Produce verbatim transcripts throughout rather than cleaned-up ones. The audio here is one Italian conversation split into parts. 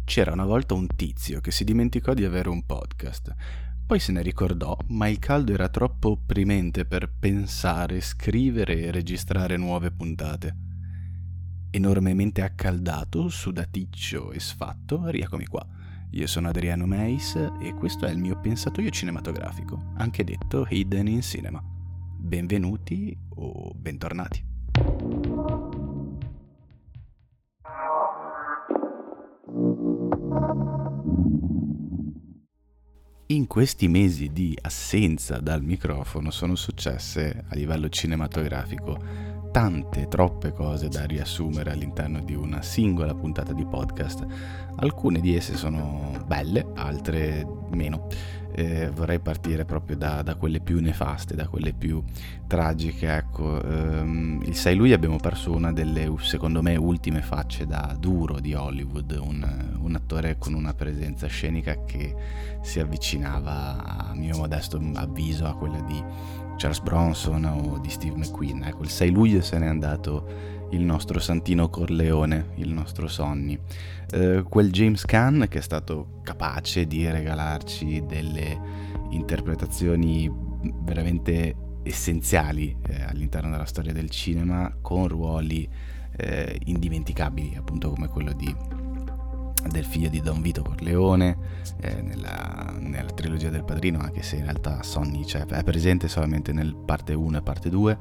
C'era una volta un tizio che si dimenticò di avere un podcast. Poi se ne ricordò, ma il caldo era troppo opprimente per pensare, scrivere e registrare nuove puntate. Enormemente accaldato, sudaticcio e sfatto, rieccomi qua. Io sono Adriano Meis e questo è il mio pensatoio cinematografico, anche detto Hidden in Cinema. Benvenuti o bentornati. In questi mesi di assenza dal microfono sono successe a livello cinematografico tante, troppe cose da riassumere all'interno di una singola puntata di podcast. Alcune di esse sono belle, altre meno. Eh, vorrei partire proprio da, da quelle più nefaste, da quelle più tragiche. Ecco, ehm, il sei luglio abbiamo perso una delle, secondo me, ultime facce da duro di Hollywood, un, un attore con una presenza scenica che si avvicinava, a mio modesto avviso, a quella di Charles Bronson o di Steve McQueen. Ecco, il sei luglio se n'è andato il nostro Santino Corleone, il nostro Sonny, eh, quel James Caan che è stato capace di regalarci delle interpretazioni veramente essenziali eh, all'interno della storia del cinema, con ruoli eh, indimenticabili, appunto come quello di del figlio di Don Vito Corleone eh, nella, nella trilogia del Padrino, anche se in realtà Sonny cioè, è presente solamente nel parte uno e parte due,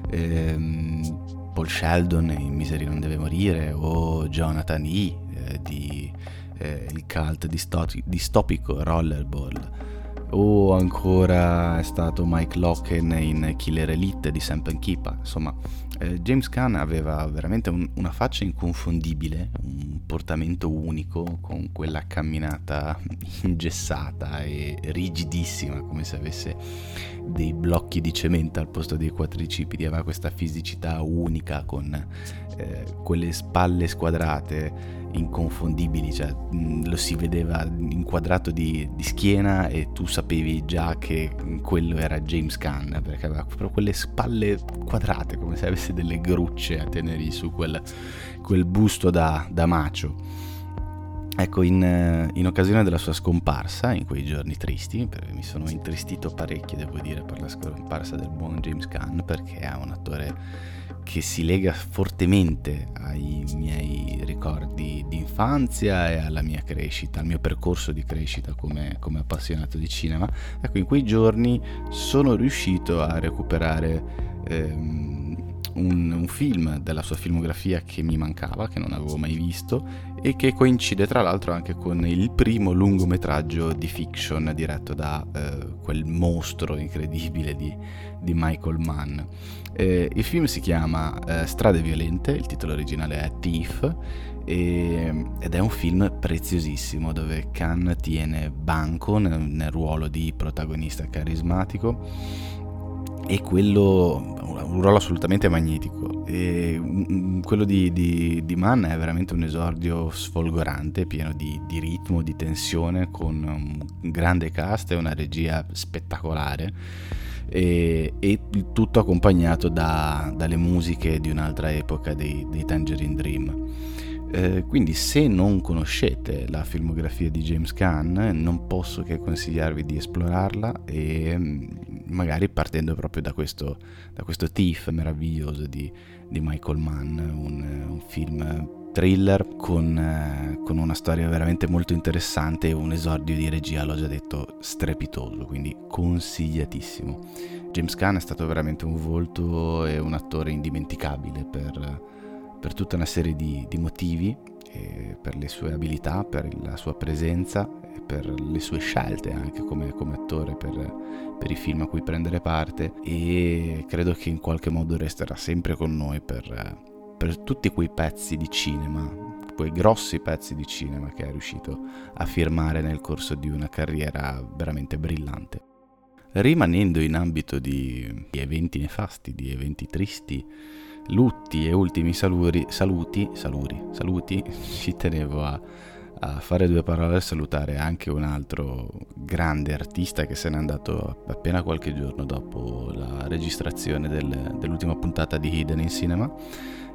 ehm, Paul Sheldon in Misery non deve morire, o Jonathan Yee eh, di eh, il cult disto- distopico Rollerball, o ancora è stato Mike Locken in Killer Elite di Sam Peckinpah. Insomma, eh, James Caan aveva veramente un, una faccia inconfondibile, un portamento unico, con quella camminata ingessata e rigidissima, come se avesse dei blocchi di cemento al posto dei quadricipiti. Aveva questa fisicità unica, con eh, quelle spalle squadrate inconfondibili, cioè mh, lo si vedeva inquadrato di, di schiena e tu sapevi già che quello era James Caan, perché aveva proprio quelle spalle quadrate, come se avesse delle grucce a tenere su quel, quel busto da, da macio. Ecco, in, in occasione della sua scomparsa, in quei giorni tristi, perché mi sono intristito parecchio, devo dire, per la scomparsa del buon James Caan, perché è un attore che si lega fortemente ai miei ricordi di infanzia e alla mia crescita, al mio percorso di crescita come, come appassionato di cinema. Ecco, in quei giorni sono riuscito a recuperare ehm, un, un film della sua filmografia che mi mancava, che non avevo mai visto, e che coincide tra l'altro anche con il primo lungometraggio di fiction diretto da eh, quel mostro incredibile di, di Michael Mann. Eh, il film si chiama eh, Strade Violente, il titolo originale è Thief, e, ed è un film preziosissimo dove Caan tiene banco nel, nel ruolo di protagonista carismatico, e quello un ruolo assolutamente magnetico, e quello di, di, di Mann è veramente un esordio sfolgorante, pieno di, di ritmo, di tensione, con un grande cast e una regia spettacolare, e, e tutto accompagnato da, dalle musiche di un'altra epoca, dei, dei Tangerine Dream. Eh, quindi se non conoscete la filmografia di James Caan, non posso che consigliarvi di esplorarla, e magari partendo proprio da questo, da questo Thief meraviglioso di, di Michael Mann, un, un film thriller con, eh, con una storia veramente molto interessante e un esordio di regia, l'ho già detto, strepitoso, quindi consigliatissimo. James Caan è stato veramente un volto e un attore indimenticabile per, per tutta una serie di, di motivi, e per le sue abilità, per la sua presenza e per le sue scelte anche come, come attore, per, per i film a cui prendere parte, e credo che in qualche modo resterà sempre con noi per, per tutti quei pezzi di cinema, quei grossi pezzi di cinema che è riuscito a firmare nel corso di una carriera veramente brillante. Rimanendo in ambito di, di eventi nefasti, di eventi tristi, lutti e ultimi saluri, saluti, saluri, saluti, ci tenevo a, a fare due parole e salutare anche un altro grande artista che se n'è andato appena qualche giorno dopo la registrazione del, dell'ultima puntata di Hidden in Cinema,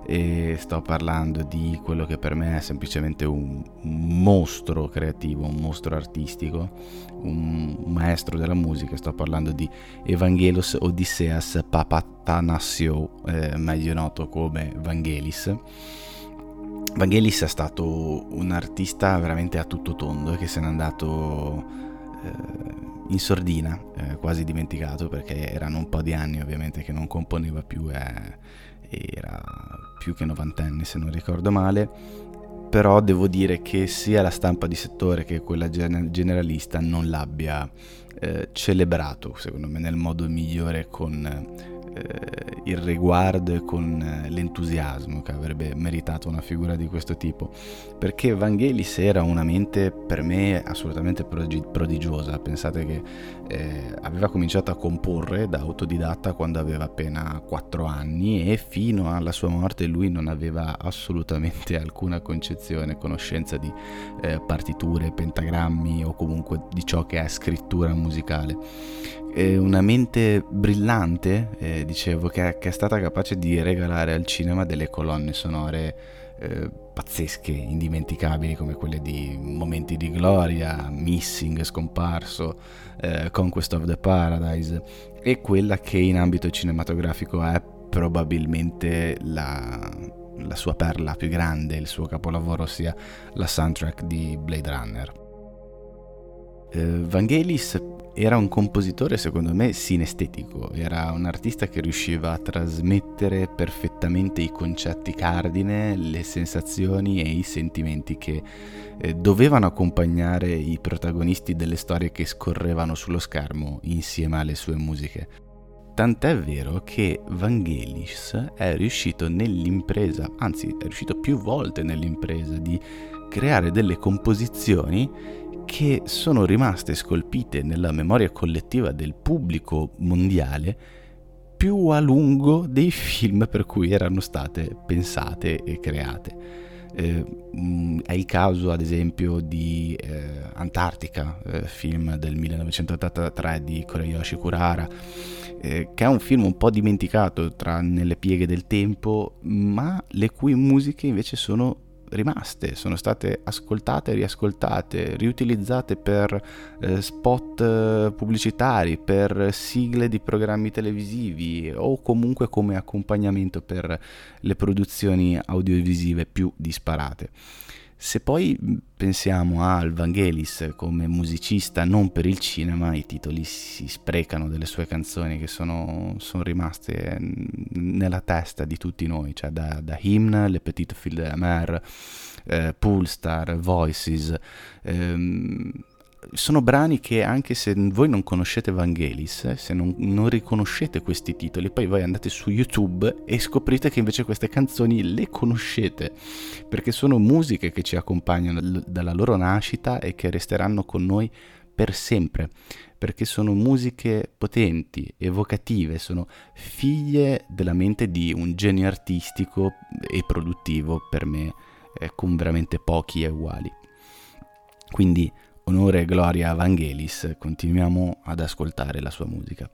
e sto parlando di quello che per me è semplicemente un, un mostro creativo, un mostro artistico, un, un maestro della musica. Sto parlando di Evangelos Odysseas Papathanassiou, eh, meglio noto come Vangelis. Vangelis è stato un artista veramente a tutto tondo che se n'è andato eh, in sordina, eh, quasi dimenticato, perché erano un po' di anni ovviamente che non componeva più, eh, era più che novantenne se non ricordo male, però devo dire che sia la stampa di settore che quella gen- generalista non l'abbia eh, celebrato, secondo me, nel modo migliore, con eh, il riguardo e con eh, l'entusiasmo che avrebbe meritato una figura di questo tipo, perché Vangelis era una mente per me assolutamente prog- prodigiosa. Pensate che eh, aveva cominciato a comporre da autodidatta quando aveva appena quattro anni e fino alla sua morte lui non aveva assolutamente alcuna concezione, conoscenza di eh, partiture, pentagrammi o comunque di ciò che è scrittura musicale. È una mente brillante, eh, dicevo, che è, che è stata capace di regalare al cinema delle colonne sonore eh, pazzesche, indimenticabili, come quelle di Momenti di Gloria, Missing, Scomparso, eh, Conquest of the Paradise, e quella che in ambito cinematografico è probabilmente la, la sua perla più grande, il suo capolavoro, ossia la soundtrack di Blade Runner. Eh, Vangelis era un compositore, secondo me, sinestetico. Era un artista che riusciva a trasmettere perfettamente i concetti cardine, le sensazioni e i sentimenti che eh, dovevano accompagnare i protagonisti delle storie che scorrevano sullo schermo insieme alle sue musiche. Tant'è vero che Vangelis è riuscito nell'impresa, anzi è riuscito più volte nell'impresa di creare delle composizioni che sono rimaste scolpite nella memoria collettiva del pubblico mondiale più a lungo dei film per cui erano state pensate e create. Eh, è il caso ad esempio di eh, Antarctica, eh, film del millenovecentottantatré di Koreyoshi Kurara, eh, che è un film un po' dimenticato tra nelle pieghe del tempo, ma le cui musiche invece sono rimaste, sono state ascoltate, riascoltate, riutilizzate per eh, spot eh, pubblicitari, per sigle di programmi televisivi o comunque come accompagnamento per le produzioni audiovisive più disparate. Se poi pensiamo al Vangelis come musicista non per il cinema, i titoli si sprecano delle sue canzoni che sono, sono rimaste nella testa di tutti noi, cioè da, da Hymne, Le Petites Filles de la Mer, eh, Poolstar, Voices. Ehm, sono brani che, anche se voi non conoscete Vangelis, se non, non riconoscete questi titoli, poi voi andate su YouTube e scoprite che invece queste canzoni le conoscete, perché sono musiche che ci accompagnano l- dalla loro nascita e che resteranno con noi per sempre, perché sono musiche potenti, evocative, sono figlie della mente di un genio artistico e produttivo, per me, eh, con veramente pochi e uguali. Quindi onore e gloria a Vangelis, continuiamo ad ascoltare la sua musica.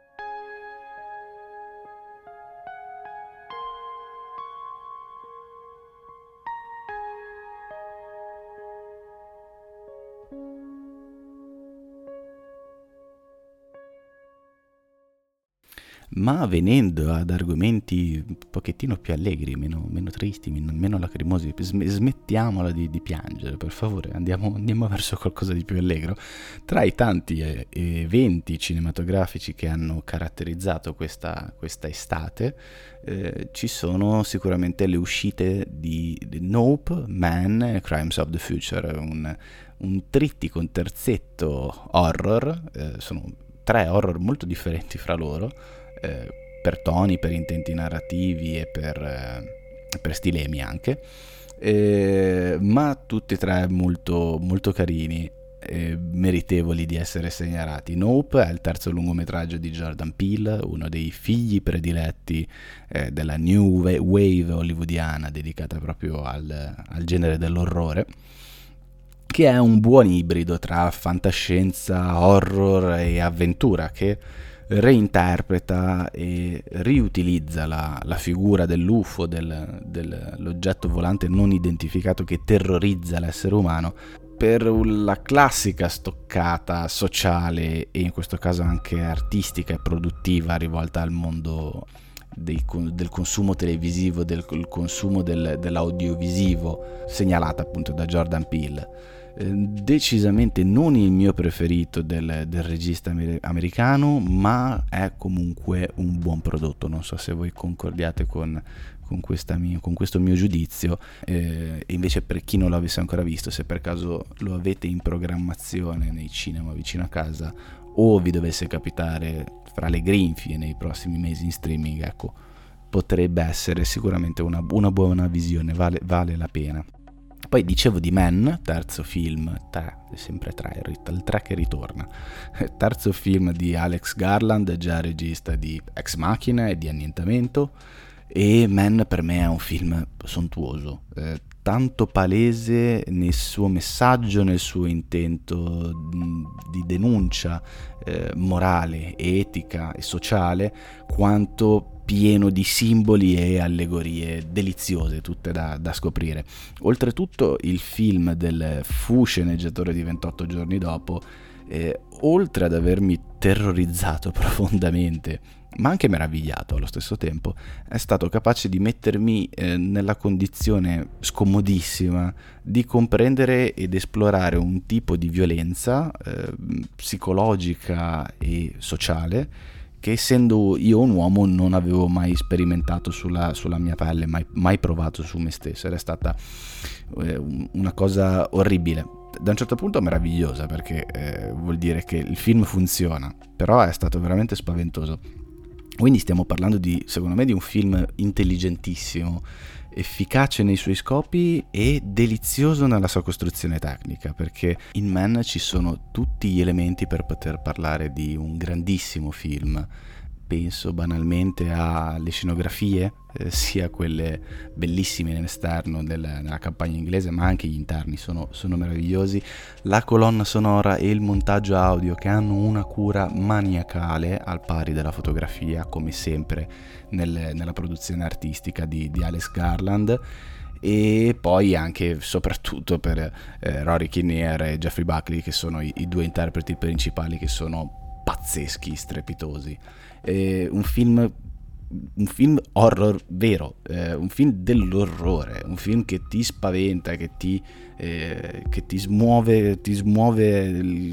Ma venendo ad argomenti un pochettino più allegri, meno, meno tristi, meno, meno lacrimosi, sm- smettiamola di, di piangere, per favore, andiamo, andiamo verso qualcosa di più allegro. Tra i tanti eh, eventi cinematografici che hanno caratterizzato questa, questa estate, eh, ci sono sicuramente le uscite di, di Nope, Man e Crimes of the Future, un, un trittico, un terzetto horror, eh, sono tre horror molto differenti fra loro, Eh, per toni, per intenti narrativi e per, eh, per stilemi anche, eh, ma tutti e tre molto, molto carini e meritevoli di essere segnalati. Nope è il terzo lungometraggio di Jordan Peele, uno dei figli prediletti eh, della new wave hollywoodiana dedicata proprio al, al genere dell'orrore, che è un buon ibrido tra fantascienza, horror e avventura, che reinterpreta e riutilizza la, la figura dell'U F O, del, dell'oggetto volante non identificato che terrorizza l'essere umano, per la classica stoccata sociale e in questo caso anche artistica e produttiva rivolta al mondo dei, del consumo televisivo, del consumo del, dell'audiovisivo, segnalata appunto da Jordan Peele. Eh, decisamente non il mio preferito del, del regista amer- americano, ma è comunque un buon prodotto. Non so se voi concordiate con, con, questa mia, con questo mio giudizio, eh, e invece per chi non l'avesse ancora visto, se per caso lo avete in programmazione nei cinema vicino a casa o vi dovesse capitare fra le grinfie nei prossimi mesi in streaming, ecco, potrebbe essere sicuramente una, una buona visione, vale, vale la pena. Poi dicevo di Men, terzo film, tre, sempre tre, il tre che ritorna, terzo film di Alex Garland, già regista di Ex Machina e di Annientamento, e Men per me è un film sontuoso, eh, tanto palese nel suo messaggio, nel suo intento di denuncia eh, morale, etica e sociale, quanto pieno di simboli e allegorie deliziose, tutte da, da scoprire. Oltretutto il film del fu sceneggiatore di ventotto giorni dopo, eh, oltre ad avermi terrorizzato profondamente, ma anche meravigliato allo stesso tempo, è stato capace di mettermi eh, nella condizione scomodissima di comprendere ed esplorare un tipo di violenza eh, psicologica e sociale che, essendo io un uomo, non avevo mai sperimentato sulla, sulla mia pelle, mai, mai provato su me stesso. Era stata eh, una cosa orribile, da un certo punto meravigliosa, perché eh, vuol dire che il film funziona, però è stato veramente spaventoso. Quindi stiamo parlando di, secondo me, di un film intelligentissimo, efficace nei suoi scopi e delizioso nella sua costruzione tecnica, perché in Men ci sono tutti gli elementi per poter parlare di un grandissimo film. Penso banalmente alle scenografie, eh, sia quelle bellissime in esterno del, nella campagna inglese, ma anche gli interni sono, sono meravigliosi, la colonna sonora e il montaggio audio che hanno una cura maniacale al pari della fotografia, come sempre nel, nella produzione artistica di, di Alex Garland, e poi anche soprattutto per eh, Rory Kinnear e Jeffrey Buckley, che sono i, i due interpreti principali, che sono pazzeschi, strepitosi. Eh, un film un film horror vero, eh, un film dell'orrore, un film che ti spaventa, che ti, eh, che ti smuove, ti smuove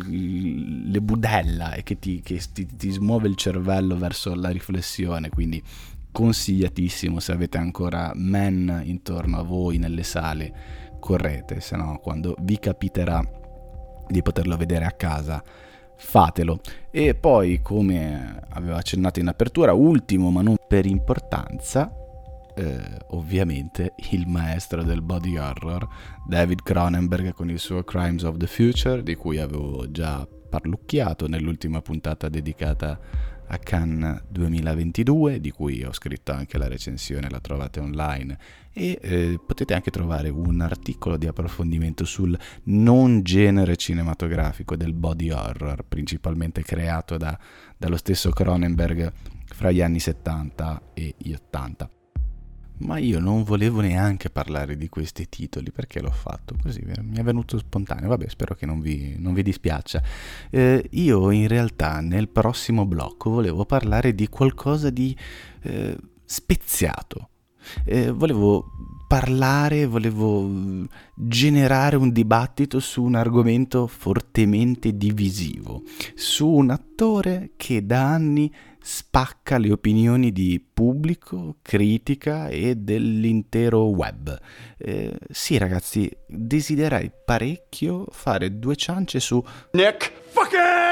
il, le budella e che, ti, che ti, ti smuove il cervello verso la riflessione. Quindi consigliatissimo. Se avete ancora Men intorno a voi nelle sale, correte, se no quando vi capiterà di poterlo vedere a casa, fatelo. E poi, come avevo accennato in apertura, ultimo ma non per importanza, eh, ovviamente il maestro del body horror, David Cronenberg, con il suo Crimes of the Future, di cui avevo già parlucchiato nell'ultima puntata dedicata a Cannes duemilaventidue, di cui ho scritto anche la recensione, la trovate online, e eh, potete anche trovare un articolo di approfondimento sul non genere cinematografico del body horror, principalmente creato da, dallo stesso Cronenberg fra gli anni settanta e gli ottanta. Ma io non volevo neanche parlare di questi titoli, perché l'ho fatto così, mi è venuto spontaneo. Vabbè, spero che non vi, non vi dispiaccia. Eh, io in realtà nel prossimo blocco volevo parlare di qualcosa di eh, speziato. Eh, volevo parlare, volevo generare un dibattito su un argomento fortemente divisivo, su un attore che da anni spacca le opinioni di pubblico, critica e dell'intero web. Eh, sì, ragazzi, desiderei parecchio fare due ciance su Nick fucking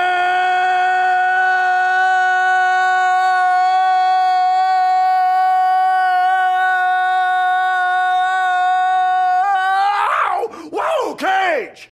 Cage!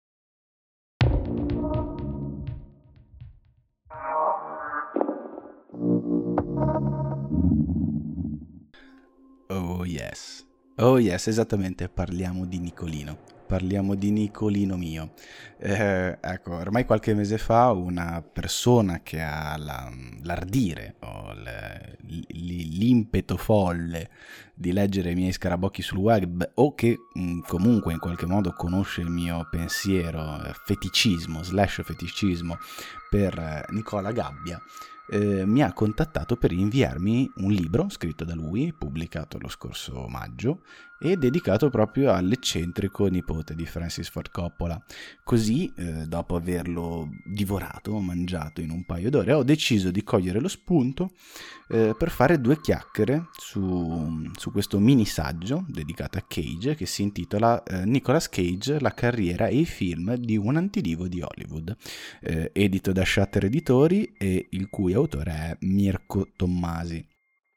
Oh yes, oh yes, esattamente, parliamo di Nicolino. parliamo di Nicolino mio. Eh, ecco, ormai qualche mese fa una persona che ha la, l'ardire o le, l'impeto folle di leggere i miei scarabocchi sul web, o che mh, comunque in qualche modo conosce il mio pensiero eh, feticismo slash feticismo per eh, Nicola Gabbia, eh, mi ha contattato per inviarmi un libro scritto da lui, pubblicato lo scorso maggio, e dedicato proprio all'eccentrico nipote di Francis Ford Coppola. Così, eh, dopo averlo divorato, mangiato in un paio d'ore, ho deciso di cogliere lo spunto eh, per fare due chiacchiere su, su questo mini saggio dedicato a Cage, che si intitola eh, Nicolas Cage, la carriera e i film di un antidivo di Hollywood, eh, edito da Shutter Editori e il cui autore è Mirko Tommasi.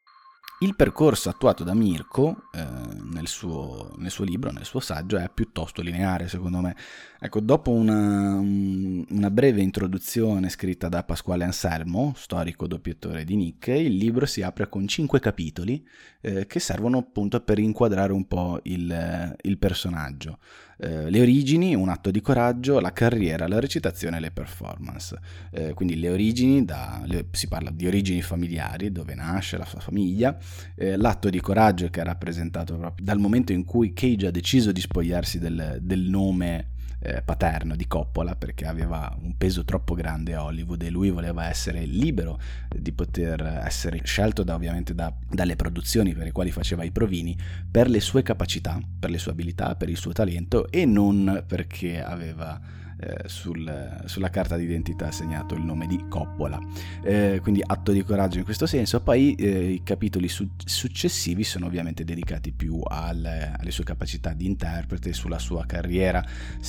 Il percorso attuato da Mirko eh, nel, suo, nel suo libro, nel suo saggio, è piuttosto lineare, secondo me. Ecco, dopo una, una breve introduzione scritta da Pasquale Anselmo, storico doppiatore di Nick, il libro si apre con cinque capitoli eh, che servono appunto per inquadrare un po' il, il personaggio. Eh, le origini, un atto di coraggio, la carriera, la recitazione e le performance. Eh, quindi le origini, da, le, si parla di origini familiari, dove nasce la sua famiglia, eh, l'atto di coraggio che è rappresentato proprio dal momento in cui Cage ha deciso di spogliarsi del, del nome eh, paterno di Coppola, perché aveva un peso troppo grande a Hollywood e lui voleva essere libero di poter essere scelto da, ovviamente da, dalle produzioni per le quali faceva i provini, per le sue capacità, per le sue abilità, per il suo talento, e non perché aveva Eh, sul, sulla carta d'identità segnato il nome di Coppola. Eh, quindi atto di coraggio in questo senso. Poi eh, i capitoli su- successivi sono ovviamente dedicati più al, alle sue capacità di interprete, sulla sua carriera,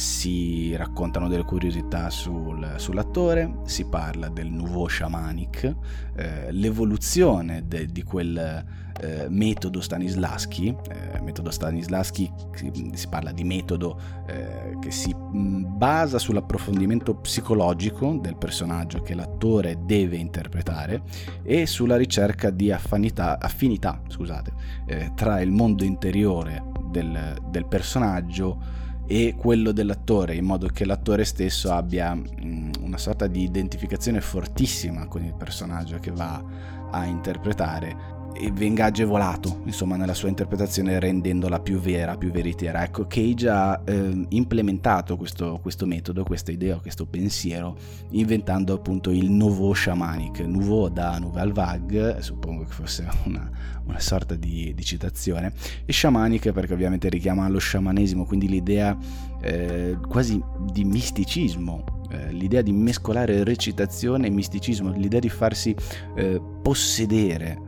si raccontano delle curiosità sul, sull'attore, si parla del nouveau shamanic, eh, l'evoluzione de, di quel Eh, metodo Stanislavski. Eh, metodo Stanislavski, si parla di metodo eh, che si basa sull'approfondimento psicologico del personaggio che l'attore deve interpretare e sulla ricerca di affinità, affinità scusate, eh, tra il mondo interiore del, del personaggio e quello dell'attore, in modo che l'attore stesso abbia mh, una sorta di identificazione fortissima con il personaggio che va a interpretare e venga agevolato, insomma, nella sua interpretazione, rendendola più vera, più veritiera. Ecco, Cage ha eh, implementato questo, questo metodo, questa idea, questo pensiero, inventando appunto il nouveau shamanic, nouveau da nouvelle vague, suppongo che fosse una, una sorta di, di citazione, e shamanic perché ovviamente richiama lo sciamanesimo, quindi l'idea eh, quasi di misticismo, eh, l'idea di mescolare recitazione e misticismo, l'idea di farsi eh, possedere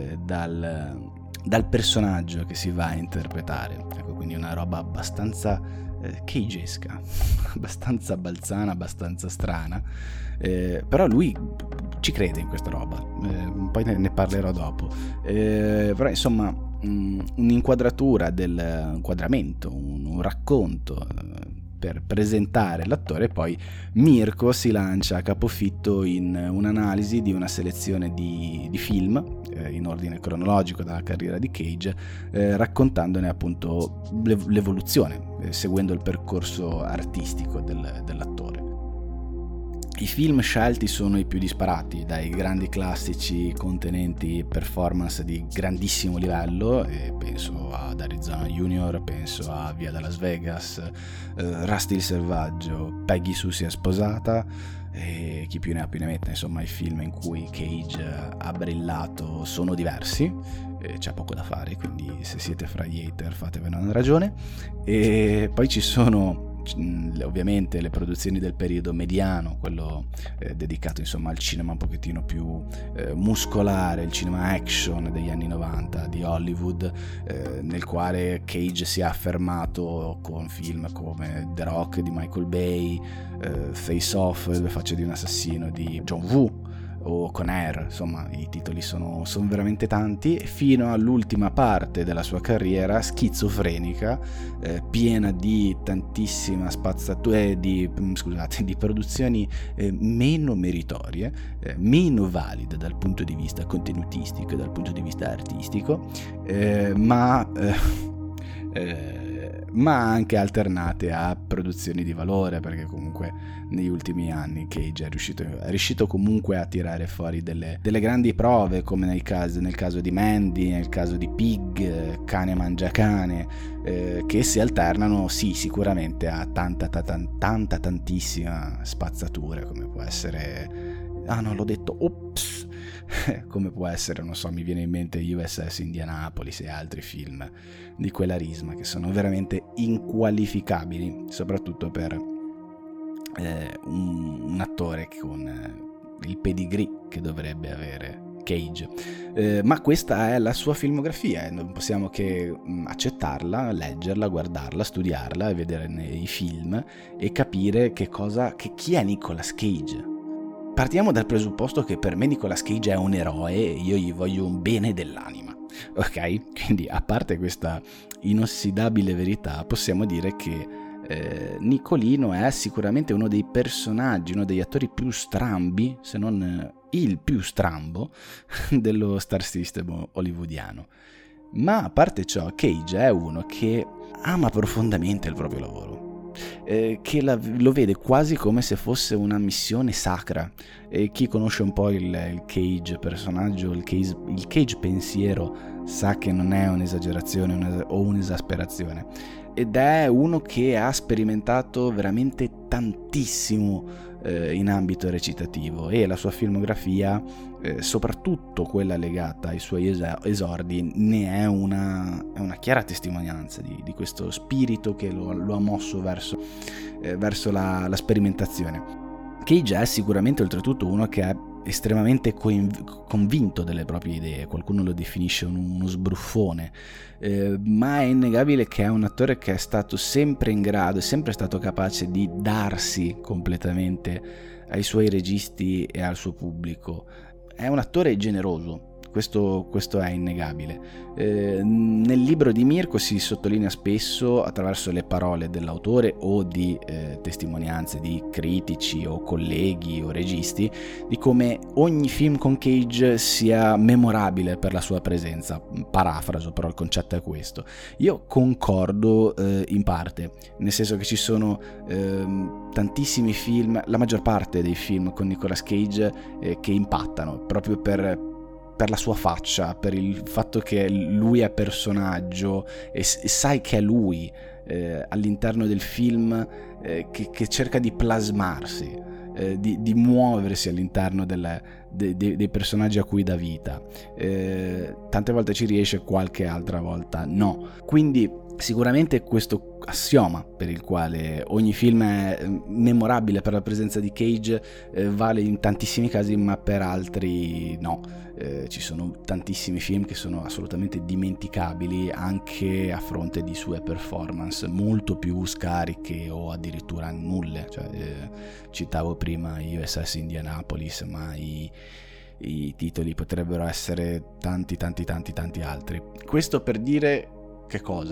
Dal, dal personaggio che si va a interpretare. Ecco, quindi una roba abbastanza eh, cagesca, abbastanza balzana, abbastanza strana, eh, però lui ci crede in questa roba, eh, poi ne, ne parlerò dopo, eh, però insomma mh, un'inquadratura del inquadramento, un, un racconto eh, per presentare l'attore. Poi Mirko si lancia a capofitto in un'analisi di una selezione di, di film eh, in ordine cronologico dalla carriera di Cage, eh, raccontandone appunto l'evoluzione, eh, seguendo il percorso artistico del, dell'attore. I film scelti sono i più disparati, dai grandi classici contenenti performance di grandissimo livello, e penso ad Arizona Junior, penso a Via da Las Vegas, eh, Rusty il Selvaggio, Peggy Sue si è sposata, e chi più ne ha più ne metta. Insomma, i film in cui Cage ha brillato sono diversi, e c'è poco da fare, quindi se siete fra gli hater fatevene una ragione. E poi ci sono ovviamente le produzioni del periodo mediano, quello eh, dedicato insomma al cinema un pochettino più eh, muscolare, il cinema action degli anni novanta di Hollywood, eh, nel quale Cage si è affermato con film come The Rock di Michael Bay, eh, Face Off, Le facce di un assassino di John Woo, o Con Air. Insomma, i titoli sono, sono veramente tanti, fino all'ultima parte della sua carriera schizofrenica, eh, piena di tantissima spazzatura, eh, di, scusate, di produzioni eh, meno meritorie, eh, meno valide dal punto di vista contenutistico e dal punto di vista artistico, eh, ma eh, eh, ma anche alternate a produzioni di valore, perché comunque negli ultimi anni Cage è riuscito, è riuscito comunque a tirare fuori delle, delle grandi prove, come nel caso, nel caso di Mandy, nel caso di Pig, Cane mangia cane, eh, che si alternano sì sicuramente a tanta, tanta, tanta tantissima spazzatura, come può essere, ah no l'ho detto, ops, come può essere, non so, mi viene in mente U S S Indianapolis e altri film di quella risma che sono veramente inqualificabili, soprattutto per eh, un, un attore con eh, il pedigree che dovrebbe avere Cage. Eh, ma questa è la sua filmografia e non possiamo che mh, accettarla, leggerla, guardarla, studiarla e vedere nei film e capire che cosa, che chi è Nicolas Cage. Partiamo dal presupposto che per me Nicolas Cage è un eroe e io gli voglio un bene dell'anima, ok? Quindi a parte questa inossidabile verità possiamo dire che eh, Nicolino è sicuramente uno dei personaggi, uno degli attori più strambi, se non il più strambo dello star system hollywoodiano. Ma a parte ciò, Cage è uno che ama profondamente il proprio lavoro. Eh, che la, lo vede quasi come se fosse una missione sacra, e chi conosce un po' il, il Cage personaggio, il Cage, il Cage pensiero, sa che non è un'esagerazione una, o un'esasperazione, ed è uno che ha sperimentato veramente tantissimo eh, in ambito recitativo, e la sua filmografia, eh, soprattutto quella legata ai suoi es- esordi, ne è una, è una chiara testimonianza di, di questo spirito che lo, lo ha mosso verso, eh, verso la, la sperimentazione. Cage è sicuramente oltretutto uno che è estremamente coinv- convinto delle proprie idee, qualcuno lo definisce un, uno sbruffone, eh, ma è innegabile che è un attore che è stato sempre in grado, è sempre stato capace di darsi completamente ai suoi registi e al suo pubblico. È un attore generoso. Questo, questo è innegabile. Eh, nel libro di Mirko si sottolinea spesso, attraverso le parole dell'autore o di eh, testimonianze di critici o colleghi o registi, di come ogni film con Cage sia memorabile per la sua presenza. Parafraso, però il concetto è questo. Io concordo eh, in parte, nel senso che ci sono eh, tantissimi film, la maggior parte dei film con Nicolas Cage eh, che impattano proprio per per la sua faccia, per il fatto che lui è personaggio e, e sai che è lui eh, all'interno del film eh, che, che cerca di plasmarsi, eh, di, di muoversi all'interno del, de, de, dei personaggi a cui dà vita. Eh, tante volte ci riesce, qualche altra volta no. Quindi sicuramente questo assioma per il quale ogni film è memorabile per la presenza di Cage eh, vale in tantissimi casi, ma per altri no. Eh, ci sono tantissimi film che sono assolutamente dimenticabili anche a fronte di sue performance molto più scariche o addirittura nulle. Cioè, eh, citavo prima U S S Indianapolis, ma i, i titoli potrebbero essere tanti tanti tanti tanti altri. Questo per dire che cosa?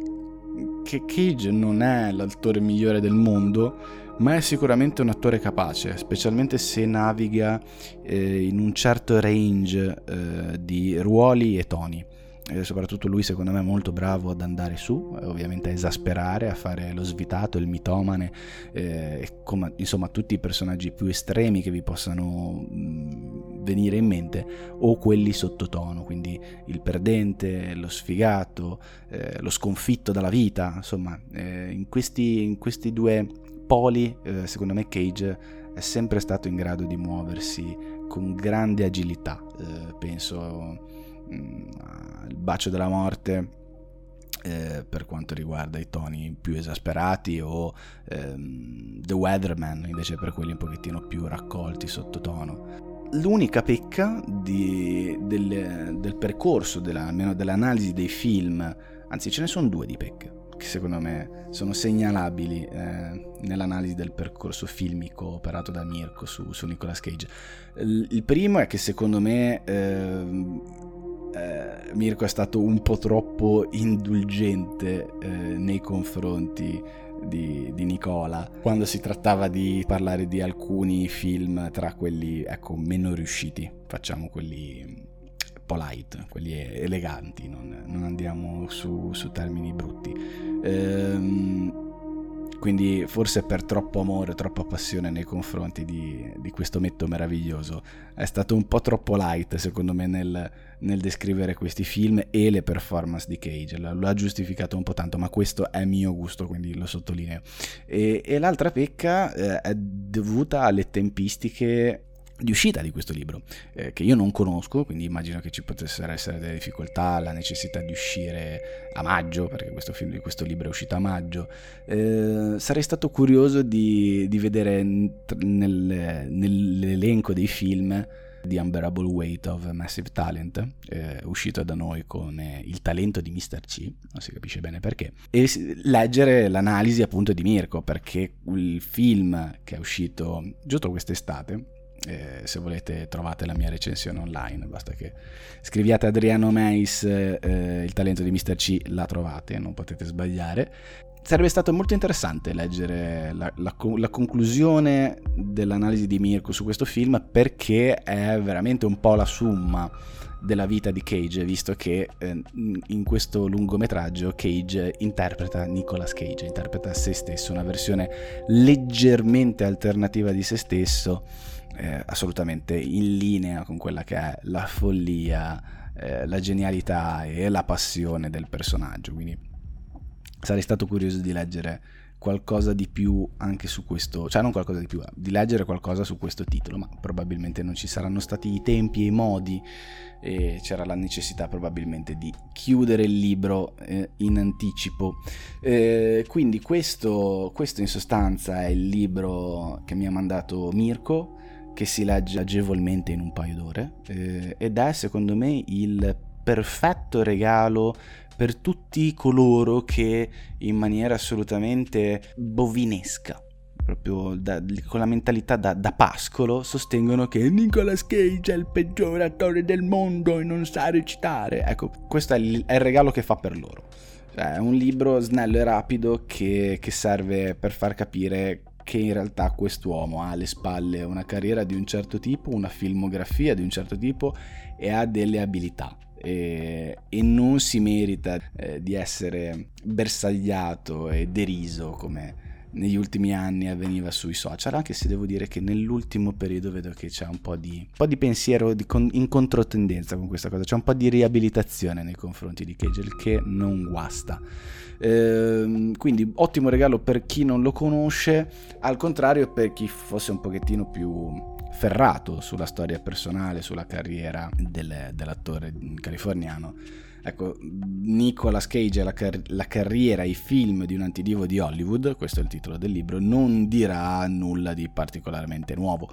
Che Cage non è l'attore migliore del mondo, ma è sicuramente un attore capace, specialmente se naviga eh, in un certo range eh, di ruoli e toni. Eh, soprattutto lui, secondo me, è molto bravo ad andare su, ovviamente a esasperare, a fare lo svitato, il mitomane, eh, come, insomma tutti i personaggi più estremi che vi possano mh, venire in mente, o quelli sottotono, quindi il perdente, lo sfigato, eh, lo sconfitto dalla vita, insomma eh, in, questi, in questi due poli eh, secondo me Cage è sempre stato in grado di muoversi con grande agilità. Eh, penso Il bacio della morte eh, per quanto riguarda i toni più esasperati, o ehm, The Weatherman invece per quelli un pochettino più raccolti sottotono. L'unica pecca di, del, del percorso, della, almeno dell'analisi dei film, anzi ce ne sono due di pecche che secondo me sono segnalabili eh, nell'analisi del percorso filmico operato da Mirko su, su Nicolas Cage. Il, il primo è che secondo me eh, eh, Mirko è stato un po' troppo indulgente eh, nei confronti di, di Nicola quando si trattava di parlare di alcuni film, tra quelli ecco meno riusciti, facciamo quelli troppo light, quelli eleganti, non, non andiamo su, su termini brutti. Ehm, quindi forse per troppo amore, troppa passione nei confronti di, di questo ometto meraviglioso, è stato un po' troppo light secondo me nel, nel descrivere questi film e le performance di Cage, lo ha giustificato un po' tanto, ma questo è mio gusto, quindi lo sottolineo. E, e l'altra pecca eh, è dovuta alle tempistiche di uscita di questo libro, eh, che io non conosco, quindi immagino che ci potessero essere delle difficoltà, la necessità di uscire a maggio, perché questo film, questo libro è uscito a maggio. Eh, sarei stato curioso di, di vedere nel, nell'elenco dei film The Unbearable Weight of Massive Talent, eh, uscito da noi con eh, il talento di mister C, non si capisce bene perché, e leggere l'analisi appunto di Mirko, perché il film che è uscito giusto quest'estate, Eh, se volete trovate la mia recensione online, basta che scriviate Adriano Meis, eh, il talento di mister C, la trovate, non potete sbagliare. Sarebbe stato molto interessante leggere la, la, la conclusione dell'analisi di Mirko su questo film, perché è veramente un po' la summa della vita di Cage, visto che eh, in questo lungometraggio Cage interpreta Nicolas Cage, interpreta se stesso, una versione leggermente alternativa di se stesso, Eh, assolutamente in linea con quella che è la follia, eh, la genialità e la passione del personaggio. Quindi sarei stato curioso di leggere qualcosa di più anche su questo, cioè non qualcosa di più, di leggere qualcosa su questo titolo, ma probabilmente non ci saranno stati i tempi e i modi, e c'era la necessità probabilmente di chiudere il libro eh, in anticipo. Eh, quindi questo, questo in sostanza è il libro che mi ha mandato Mirko, che si legge agevolmente in un paio d'ore, eh, ed è secondo me il perfetto regalo per tutti coloro che in maniera assolutamente bovinesca, proprio da, con la mentalità da, da pascolo, sostengono che Nicolas Cage è il peggiore attore del mondo e non sa recitare. Ecco, questo è il, è il regalo che fa per loro. Cioè, è un libro snello e rapido che, che serve per far capire che in realtà quest'uomo ha alle spalle una carriera di un certo tipo, una filmografia di un certo tipo e ha delle abilità e, e non si merita eh, di essere bersagliato e deriso come negli ultimi anni avveniva sui social, anche se devo dire che nell'ultimo periodo vedo che c'è un po' di, un po' di pensiero di con, in controtendenza con questa cosa, c'è un po' di riabilitazione nei confronti di Cage, il che non guasta. Ehm, quindi ottimo regalo per chi non lo conosce, al contrario per chi fosse un pochettino più ferrato sulla storia personale, sulla carriera del, dell'attore californiano. Ecco, Nicolas Cage e la, car- la carriera, i film di un antidivo di Hollywood, questo è il titolo del libro, non dirà nulla di particolarmente nuovo,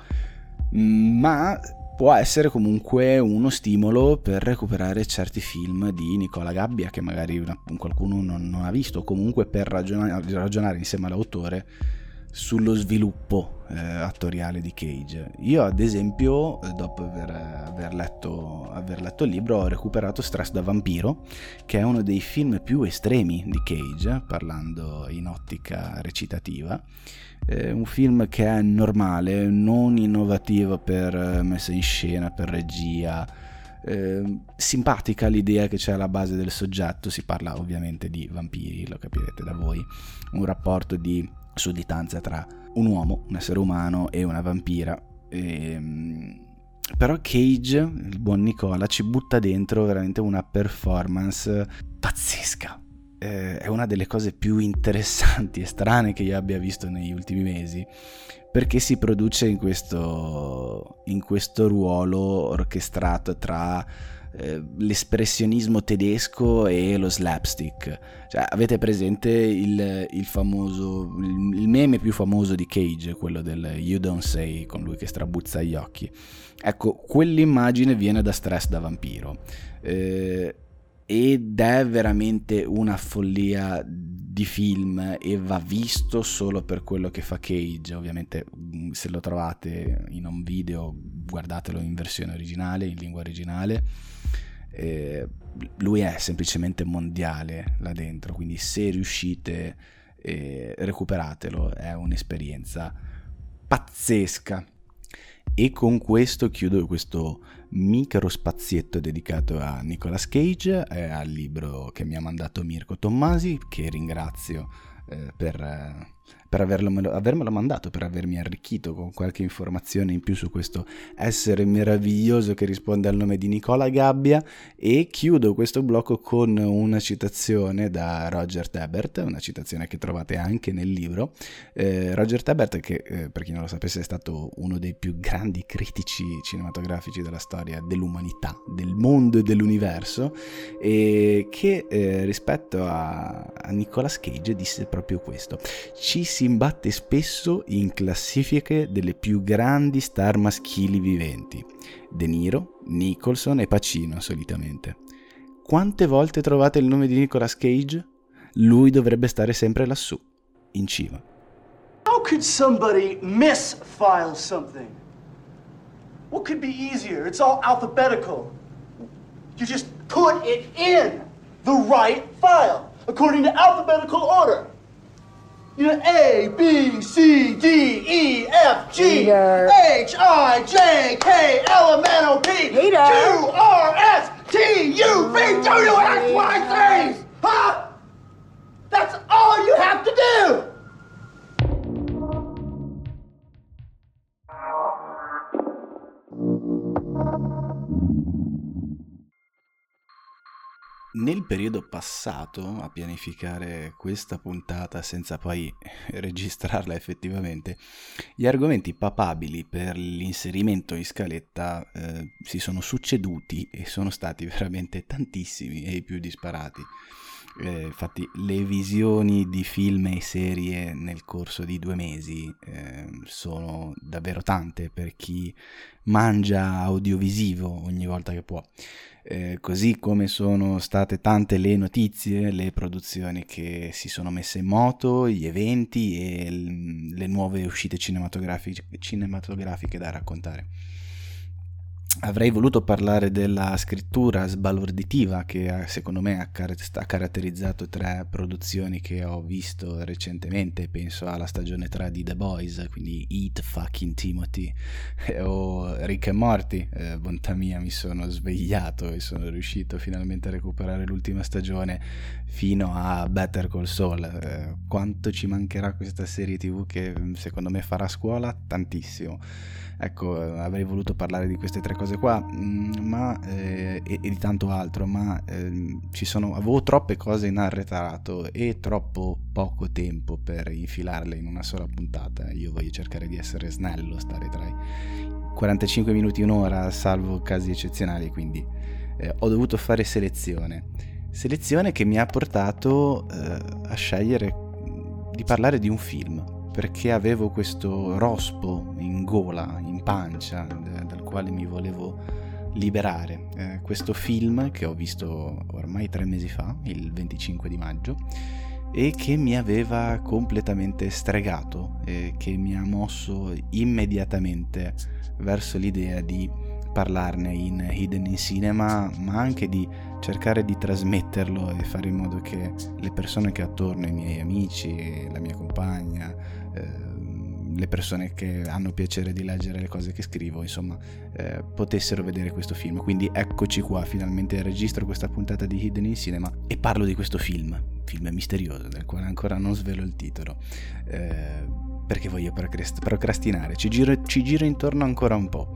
ma può essere comunque uno stimolo per recuperare certi film di Nicola Gabbia che magari una, qualcuno non, non ha visto, comunque per ragionare, ragionare insieme all'autore sullo sviluppo eh, attoriale di Cage. Io ad esempio, dopo aver, aver, letto, aver letto il libro, ho recuperato Stress da vampiro, che è uno dei film più estremi di Cage, parlando in ottica recitativa. Eh, un film che è normale, non innovativo per messa in scena, per regia, eh, simpatica l'idea che c'è alla base del soggetto. Si parla ovviamente di vampiri, lo capirete da voi, un rapporto di sudditanza tra un uomo, un essere umano e una vampira, e, però Cage, il buon Nicola, ci butta dentro veramente una performance pazzesca. Eh, è una delle cose più interessanti e strane che io abbia visto negli ultimi mesi, perché si produce in questo, in questo ruolo orchestrato tra eh, l'espressionismo tedesco e lo slapstick. Cioè, avete presente il, il famoso, il, il meme più famoso di Cage, quello del You Don't Say, con lui che strabuzza gli occhi? Ecco, quell'immagine viene da Stress da vampiro, eh, ed è veramente una follia di film e va visto solo per quello che fa Cage. Ovviamente se lo trovate in un video guardatelo in versione originale, in lingua originale. Eh, lui è semplicemente mondiale là dentro, quindi se riuscite eh, recuperatelo, è un'esperienza pazzesca. E con questo chiudo questo micro spazietto dedicato a Nicolas Cage e al libro che mi ha mandato Mirko Tommasi, che ringrazio eh, per... Eh, per averlo, avermelo mandato, per avermi arricchito con qualche informazione in più su questo essere meraviglioso che risponde al nome di Nicola Gabbia. E chiudo questo blocco con una citazione da Roger Ebert, una citazione che trovate anche nel libro. eh, Roger Ebert, che eh, per chi non lo sapesse è stato uno dei più grandi critici cinematografici della storia dell'umanità, del mondo e dell'universo, e che eh, rispetto a, a Nicolas Cage disse proprio questo: ci si imbatte spesso in classifiche delle più grandi star maschili viventi, De Niro, Nicholson e Pacino solitamente. Quante volte trovate il nome di Nicolas Cage? Lui dovrebbe stare sempre lassù, in cima. How could somebody misfile something? What could be easier? It's all alphabetical. You just put it in the right file, according to alphabetical order. You know, A, B, C, D, E, F, G, Peter. H, I, J, K, L, M, N, O, P, Peter. Q, R, S, T, U, V, W, X, Y, Z! Huh? That's all you have to do! Nel periodo passato, a pianificare questa puntata senza poi registrarla effettivamente, gli argomenti papabili per l'inserimento in scaletta eh, si sono succeduti e sono stati veramente tantissimi e i più disparati. Eh, infatti le visioni di film e serie nel corso di due mesi eh, sono davvero tante per chi mangia audiovisivo ogni volta che può. Eh, così come sono state tante le notizie, le produzioni che si sono messe in moto, gli eventi e l- le nuove uscite cinematografiche, cinematografiche da raccontare. Avrei voluto parlare della scrittura sbalorditiva che secondo me ha, car- ha caratterizzato tre produzioni che ho visto recentemente. Penso alla stagione tre di The Boys, quindi Eat Fucking Timothy, o Rick e Morty. Eh, bontà mia, mi sono svegliato e sono riuscito finalmente a recuperare l'ultima stagione fino a Better Call Saul. Eh, quanto ci mancherà questa serie tv che secondo me farà scuola? Tantissimo. Ecco, avrei voluto parlare di queste tre cose qua, ma eh, e, e di tanto altro, ma eh, ci sono, avevo troppe cose in arretrato e troppo poco tempo per infilarle in una sola puntata. Io voglio cercare di essere snello, stare tra i quarantacinque minuti e un'ora, salvo casi eccezionali, quindi eh, ho dovuto fare selezione. Selezione che mi ha portato eh, a scegliere di parlare di un film, perché avevo questo rospo in gola, in pancia, d- dal quale mi volevo liberare. Eh, questo film che ho visto ormai tre mesi fa, il venticinque di maggio, e che mi aveva completamente stregato e che mi ha mosso immediatamente verso l'idea di parlarne in Hidden in Cinema, ma anche di cercare di trasmetterlo e fare in modo che le persone che attorno, i miei amici, la mia compagna, eh, le persone che hanno piacere di leggere le cose che scrivo, insomma, eh, potessero vedere questo film. Quindi eccoci qua, finalmente registro questa puntata di Hidden in Cinema e parlo di questo film, film misterioso del quale ancora non svelo il titolo, eh, perché voglio procrastinare, ci giro, ci giro intorno ancora un po'.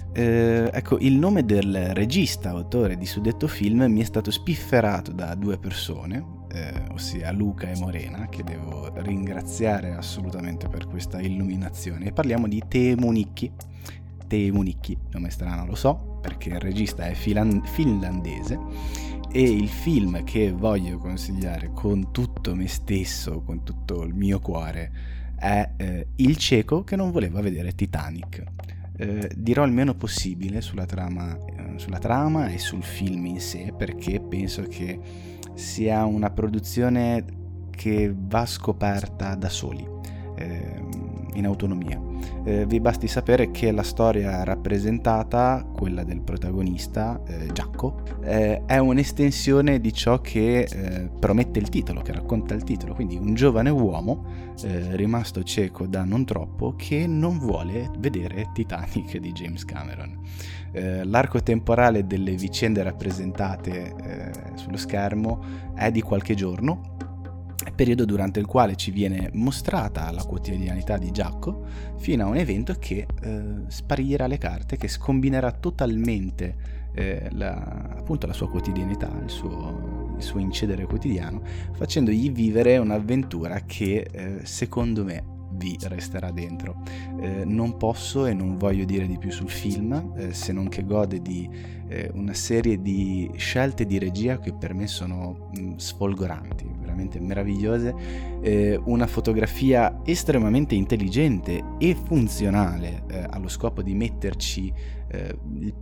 Eh, ecco, il nome del regista, autore di suddetto film mi è stato spifferato da due persone, eh, ossia Luca e Morena, che devo ringraziare assolutamente per questa illuminazione. E parliamo di Teemu Nicki. Teemu Nicki, nome strano lo so, perché il regista è filan- finlandese, e il film che voglio consigliare con tutto me stesso, con tutto il mio cuore, è eh, Il cieco che non voleva vedere Titanic. Eh, dirò il meno possibile sulla trama, eh, sulla trama e sul film in sé, perché penso che sia una produzione che va scoperta da soli, eh, in autonomia. Eh, vi basti sapere che la storia rappresentata, quella del protagonista, eh, Giaco, eh, è un'estensione di ciò che eh, promette il titolo, che racconta il titolo, quindi un giovane uomo eh, rimasto cieco da non troppo che non vuole vedere Titanic di James Cameron. Eh, l'arco temporale delle vicende rappresentate eh, sullo schermo è di qualche giorno, periodo durante il quale ci viene mostrata la quotidianità di Giaco fino a un evento che eh, sparirà le carte, che scombinerà totalmente eh, la, appunto la sua quotidianità, il suo, il suo incedere quotidiano, facendogli vivere un'avventura che eh, secondo me vi resterà dentro. Eh, non posso e non voglio dire di più sul film, eh, se non che gode di eh, una serie di scelte di regia che per me sono mh, sfolgoranti, veramente meravigliose, eh, una fotografia estremamente intelligente e funzionale eh, allo scopo di metterci eh,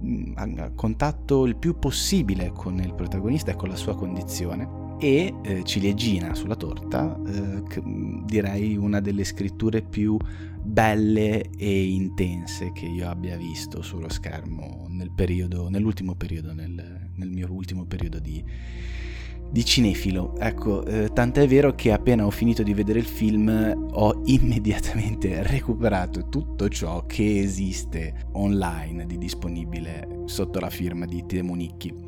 a contatto il più possibile con il protagonista e con la sua condizione. E eh, ciliegina sulla torta, eh, che, direi una delle scritture più belle e intense che io abbia visto sullo schermo nel periodo, nell'ultimo periodo, nel, nel mio ultimo periodo di, di cinefilo. Ecco, eh, tant'è vero che appena ho finito di vedere il film ho immediatamente recuperato tutto ciò che esiste online di disponibile sotto la firma di Temo Nicchi.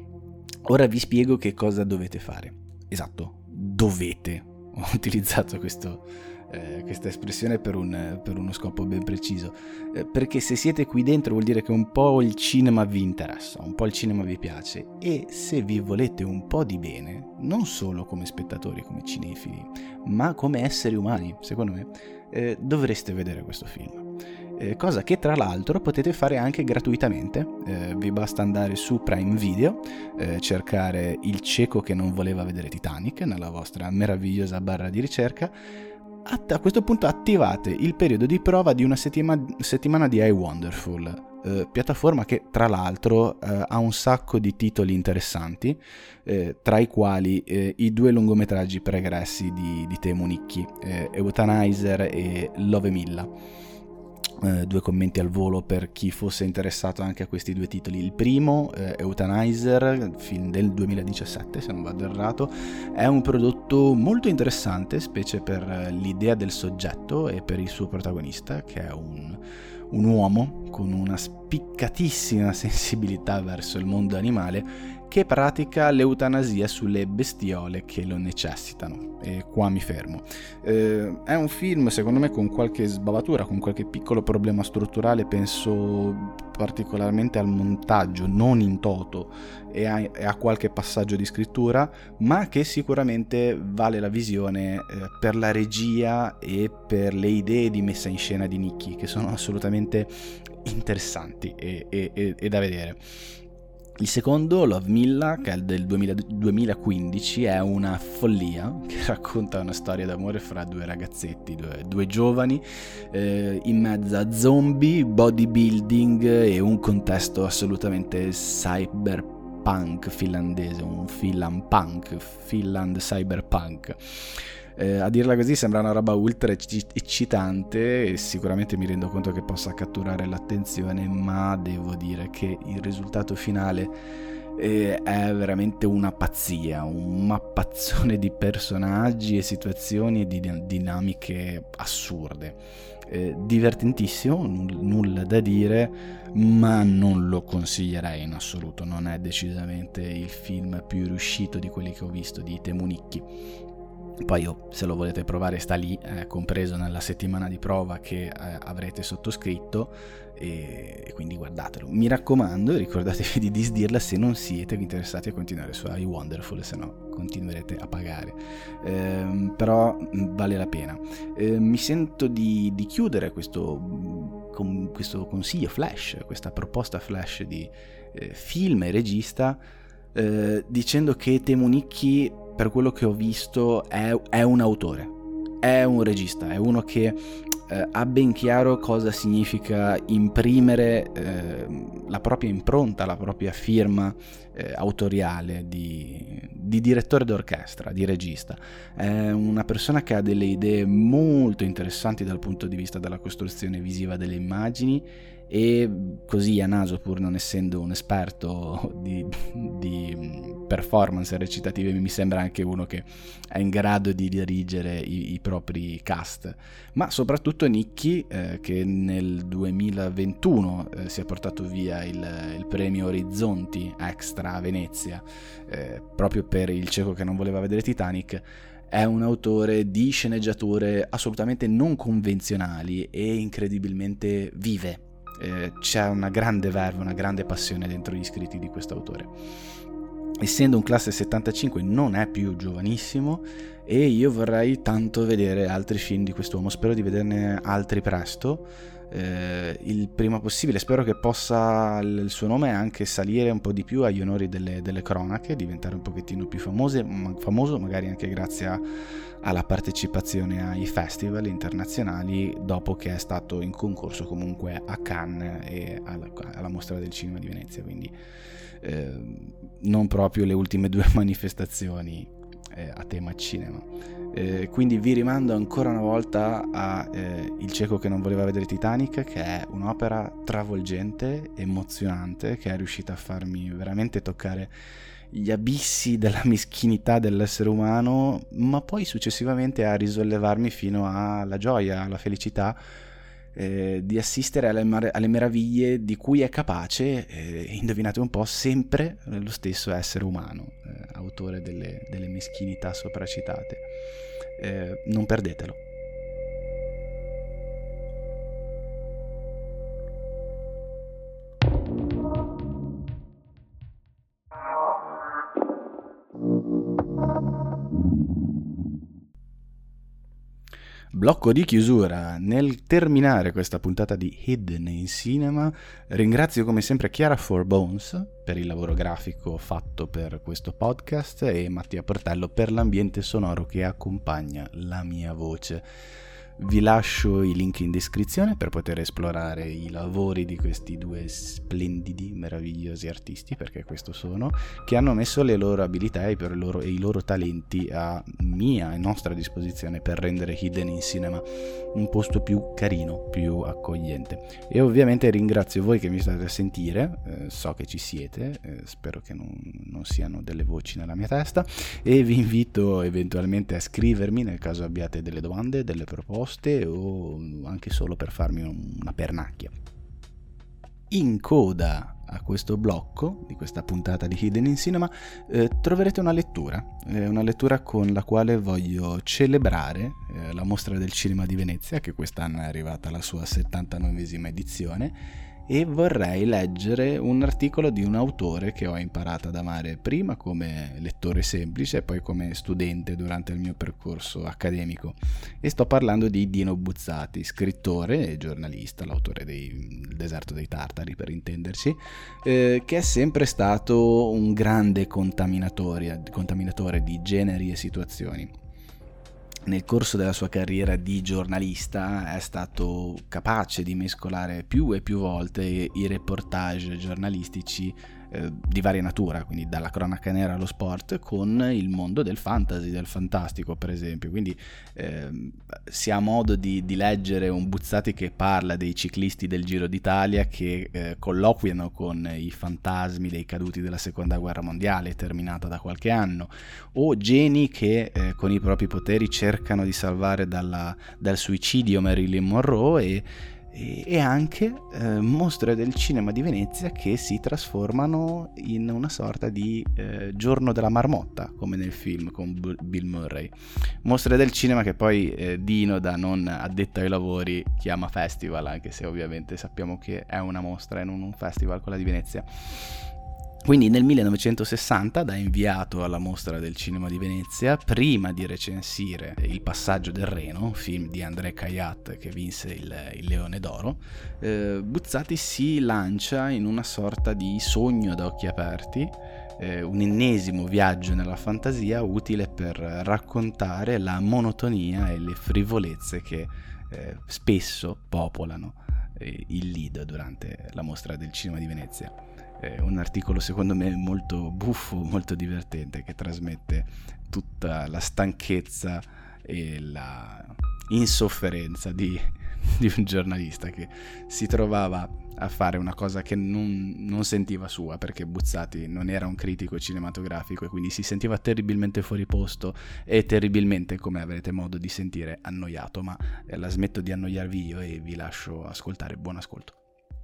Ora vi spiego che cosa dovete fare. Esatto, dovete. Ho utilizzato questo, eh, questa espressione per, un, per uno scopo ben preciso, eh, perché se siete qui dentro vuol dire che un po' il cinema vi interessa, un po' il cinema vi piace, e se vi volete un po' di bene, non solo come spettatori, come cinefili, ma come esseri umani, secondo me, eh, dovreste vedere questo film. Eh, cosa che tra l'altro potete fare anche gratuitamente, eh, vi basta andare su Prime Video, eh, cercare Il cieco che non voleva vedere Titanic nella vostra meravigliosa barra di ricerca. A questo punto attivate il periodo di prova di una settima- settimana di iWonderful, eh, piattaforma che tra l'altro eh, ha un sacco di titoli interessanti, eh, tra i quali eh, i due lungometraggi pregressi di, di Temo Nicchi, eh, Euthanizer e Lovemilla. Uh, due commenti al volo per chi fosse interessato anche a questi due titoli. Il primo, eh, Euthanizer, film del duemiladiciassette se non vado errato, è un prodotto molto interessante, specie per l'idea del soggetto e per il suo protagonista, che è un, un uomo con una spiccatissima sensibilità verso il mondo animale, che pratica l'eutanasia sulle bestiole che lo necessitano. E qua mi fermo. Eh, è un film, secondo me, con qualche sbavatura, con qualche piccolo problema strutturale, penso particolarmente al montaggio, non in toto, e a, e a qualche passaggio di scrittura, ma che sicuramente vale la visione eh, per la regia e per le idee di messa in scena di Nicchi, che sono assolutamente interessanti e, e, e, e da vedere. Il secondo, Lovemilla, che è del duemila, duemilaquindici, è una follia che racconta una storia d'amore fra due ragazzetti, due, due giovani, eh, in mezzo a zombie, bodybuilding e un contesto assolutamente cyberpunk finlandese, un Finland punk, Finland cyberpunk. Eh, a dirla così sembra una roba ultra eccitante e sicuramente mi rendo conto che possa catturare l'attenzione, ma devo dire che il risultato finale eh, è veramente una pazzia, un mappazzone di personaggi e situazioni e di dinamiche assurde. Eh, divertentissimo, n- nulla da dire, ma non lo consiglierei in assoluto. Non è decisamente il film più riuscito di quelli che ho visto di Temo Nicchi. Poi oh, se lo volete provare sta lì, eh, compreso nella settimana di prova che eh, avrete sottoscritto, e, e quindi guardatelo. Mi raccomando, ricordatevi di disdirla se non siete interessati a continuare su iWonderful, se no continuerete a pagare, eh, però mh, vale la pena. Eh, mi sento di, di chiudere questo, con, questo consiglio flash, questa proposta flash di eh, film e regista, eh, dicendo che Temo Nicchi, per quello che ho visto, è, è un autore, è un regista, è uno che eh, ha ben chiaro cosa significa imprimere eh, la propria impronta, la propria firma eh, autoriale di, di direttore d'orchestra, di regista. È una persona che ha delle idee molto interessanti dal punto di vista della costruzione visiva delle immagini, e così a naso, pur non essendo un esperto di, di performance recitative, mi sembra anche uno che è in grado di dirigere i, i propri cast. Ma soprattutto Nicchi, eh, che nel duemilaventuno eh, si è portato via il, il premio Orizzonti Extra a Venezia, eh, proprio per Il cieco che non voleva vedere Titanic. È un autore di sceneggiature assolutamente non convenzionali e incredibilmente vive. Eh, c'è una grande verve, una grande passione dentro gli scritti di questo autore. Essendo un classe settantacinque non è più giovanissimo, e io vorrei tanto vedere altri film di quest'uomo. Spero di vederne altri presto, eh, il prima possibile. Spero che possa il suo nome anche salire un po' di più agli onori delle, delle cronache, diventare un pochettino più famose, ma, famoso magari anche grazie a alla partecipazione ai festival internazionali, dopo che è stato in concorso comunque a Cannes e alla, alla Mostra del Cinema di Venezia, quindi eh, non proprio le ultime due manifestazioni eh, a tema cinema. Eh, quindi vi rimando ancora una volta a eh, Il cieco che non voleva vedere Titanic, che è un'opera travolgente, emozionante, che è riuscita a farmi veramente toccare gli abissi della meschinità dell'essere umano, ma poi successivamente a risollevarmi fino alla gioia, alla felicità eh, di assistere alle, mar- alle meraviglie di cui è capace, eh, indovinate un po', sempre lo stesso essere umano, eh, autore delle, delle meschinità sopracitate. Eh, non perdetelo. Blocco di chiusura. Nel terminare questa puntata di Hidden in Cinema, ringrazio come sempre Chiara For Bones per il lavoro grafico fatto per questo podcast e Mattia Portello per l'ambiente sonoro che accompagna la mia voce. Vi lascio i link in descrizione per poter esplorare i lavori di questi due splendidi, meravigliosi artisti, perché questo sono, che hanno messo le loro abilità e, per loro, e i loro talenti a mia e nostra disposizione per rendere Hidden in Cinema un posto più carino, più accogliente. E ovviamente ringrazio voi che mi state a sentire, eh, so che ci siete, eh, spero che non, non siano delle voci nella mia testa, e vi invito eventualmente a scrivermi nel caso abbiate delle domande, delle proposte, o anche solo per farmi una pernacchia. In coda a questo blocco di questa puntata di Hidden in Cinema eh, troverete una lettura, eh, una lettura con la quale voglio celebrare eh, la Mostra del Cinema di Venezia, che quest'anno è arrivata alla sua settantanovesima edizione, e vorrei leggere un articolo di un autore che ho imparato ad amare prima come lettore semplice e poi come studente durante il mio percorso accademico, e sto parlando di Dino Buzzati, scrittore e giornalista, l'autore del Deserto dei Tartari per intenderci, eh, che è sempre stato un grande contaminatore, contaminatore di generi e situazioni. Nel corso della sua carriera di giornalista è stato capace di mescolare più e più volte i reportage giornalistici eh, di varia natura, quindi dalla cronaca nera allo sport, con il mondo del fantasy, del fantastico per esempio. Quindi eh, si ha modo di, di leggere un Buzzati che parla dei ciclisti del Giro d'Italia che eh, colloquiano con i fantasmi dei caduti della seconda guerra mondiale terminata da qualche anno, o geni che eh, con i propri poteri cercano di salvare dalla, dal suicidio Marilyn Monroe, e e anche eh, mostre del cinema di Venezia che si trasformano in una sorta di eh, giorno della marmotta, come nel film con B- Bill Murray. Mostre del cinema che poi eh, Dino, da non addetto ai lavori, chiama festival, anche se ovviamente sappiamo che è una mostra e non un festival, quella di Venezia. Quindi nel millenovecentosessanta, da inviato alla Mostra del Cinema di Venezia, prima di recensire Il passaggio del Reno, film di André Caillat che vinse il, il Leone d'Oro, eh, Buzzati si lancia in una sorta di sogno ad occhi aperti, eh, un ennesimo viaggio nella fantasia utile per raccontare la monotonia e le frivolezze che eh, spesso popolano eh, il Lido durante la mostra del cinema di Venezia. Eh, un articolo secondo me molto buffo, molto divertente, che trasmette tutta la stanchezza e la insofferenza di, di un giornalista che si trovava a fare una cosa che non, non sentiva sua, perché Buzzati non era un critico cinematografico e quindi si sentiva terribilmente fuori posto e terribilmente, come avrete modo di sentire, annoiato. Ma eh, la smetto di annoiarvi io e vi lascio ascoltare. Buon ascolto.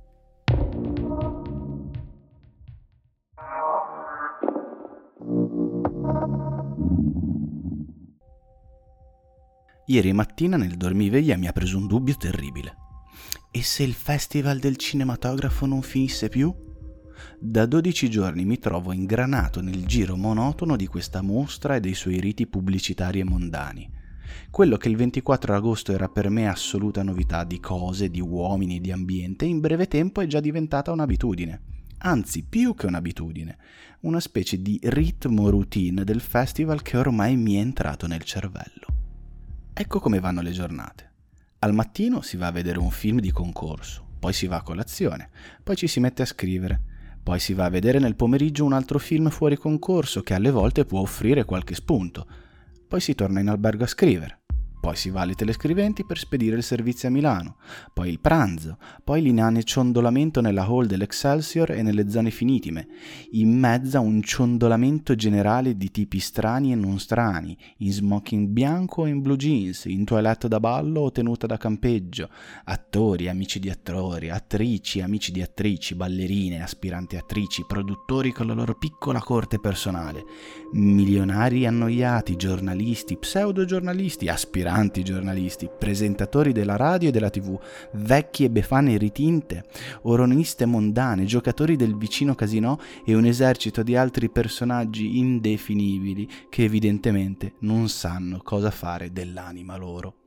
Ieri mattina nel dormiveglia mi ha preso un dubbio terribile. E se il Festival del Cinematografo non finisse più? Da dodici giorni mi trovo ingranato nel giro monotono di questa mostra e dei suoi riti pubblicitari e mondani. Quello che il ventiquattro agosto era per me assoluta novità di cose, di uomini, di ambiente, in breve tempo è già diventata un'abitudine. Anzi, più che un'abitudine, una specie di ritmo routine del festival che ormai mi è entrato nel cervello. Ecco come vanno le giornate. Al mattino si va a vedere un film di concorso, poi si va a colazione, poi ci si mette a scrivere, poi si va a vedere nel pomeriggio un altro film fuori concorso che alle volte può offrire qualche spunto, poi si torna in albergo a scrivere, poi si va alle telescriventi per spedire il servizio a Milano, poi il pranzo, poi l'inane ciondolamento nella hall dell'Excelsior e nelle zone finitime, in mezzo a un ciondolamento generale di tipi strani e non strani, in smoking bianco o in blue jeans, in toilette da ballo o tenuta da campeggio, attori, amici di attori, attrici, amici di attrici, ballerine, aspiranti attrici, produttori con la loro piccola corte personale, milionari annoiati, giornalisti, pseudo-giornalisti, aspiranti giornalisti, presentatori della radio e della tivù, vecchie e befane ritinte, oroniste mondane, giocatori del vicino casinò e un esercito di altri personaggi indefinibili che evidentemente non sanno cosa fare dell'anima loro.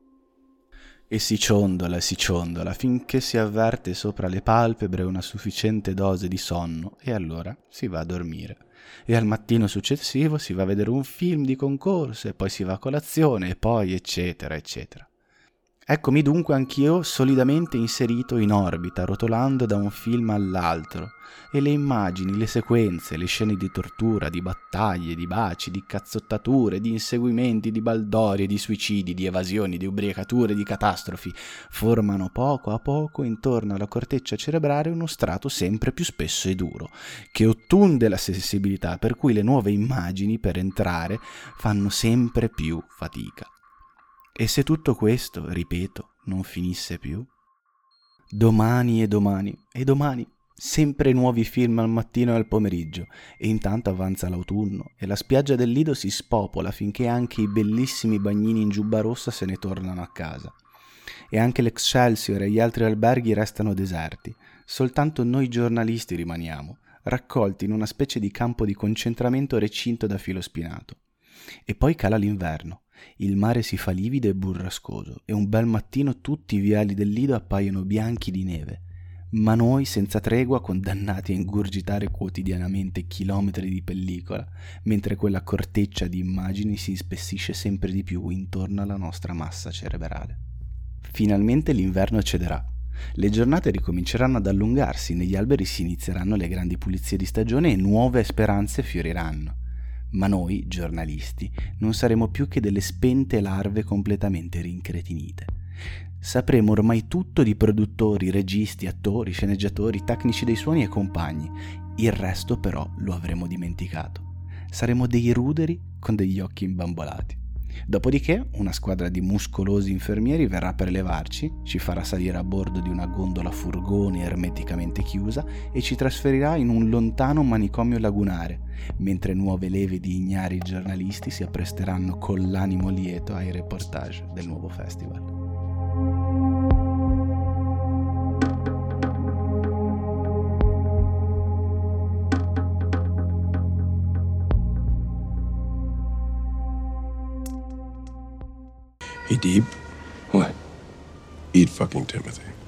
E si ciondola e si ciondola finché si avverte sopra le palpebre una sufficiente dose di sonno e allora si va a dormire. E al mattino successivo si va a vedere un film di concorso e poi si va a colazione e poi eccetera eccetera. Eccomi dunque anch'io solidamente inserito in orbita, rotolando da un film all'altro, e le immagini, le sequenze, le scene di tortura, di battaglie, di baci, di cazzottature, di inseguimenti, di baldorie, di suicidi, di evasioni, di ubriacature, di catastrofi, formano poco a poco intorno alla corteccia cerebrale uno strato sempre più spesso e duro, che ottunde la sensibilità, per cui le nuove immagini per entrare fanno sempre più fatica. E se tutto questo, ripeto, non finisse più? Domani e domani e domani, sempre nuovi film al mattino e al pomeriggio, e intanto avanza l'autunno e la spiaggia del Lido si spopola finché anche i bellissimi bagnini in giubba rossa se ne tornano a casa. E anche l'Excelsior e gli altri alberghi restano deserti, soltanto noi giornalisti rimaniamo, raccolti in una specie di campo di concentramento recinto da filo spinato. E poi cala l'inverno. Il mare si fa livido e burrascoso e un bel mattino tutti i viali del Lido appaiono bianchi di neve, ma noi senza tregua condannati a ingurgitare quotidianamente chilometri di pellicola, mentre quella corteccia di immagini si ispessisce sempre di più intorno alla nostra massa cerebrale. Finalmente l'inverno cederà. Le giornate ricominceranno ad allungarsi, negli alberi si inizieranno le grandi pulizie di stagione e nuove speranze fioriranno. Ma noi, giornalisti, non saremo più che delle spente larve completamente rincretinite. Sapremo ormai tutto di produttori, registi, attori, sceneggiatori, tecnici dei suoni e compagni. Il resto però lo avremo dimenticato. Saremo dei ruderi con degli occhi imbambolati. Dopodiché una squadra di muscolosi infermieri verrà per levarci, ci farà salire a bordo di una gondola furgone ermeticamente chiusa e ci trasferirà in un lontano manicomio lagunare, mentre nuove leve di ignari giornalisti si appresteranno con l'animo lieto ai reportage del nuovo festival. Hey, Deeb. What? Eat fucking Timothy.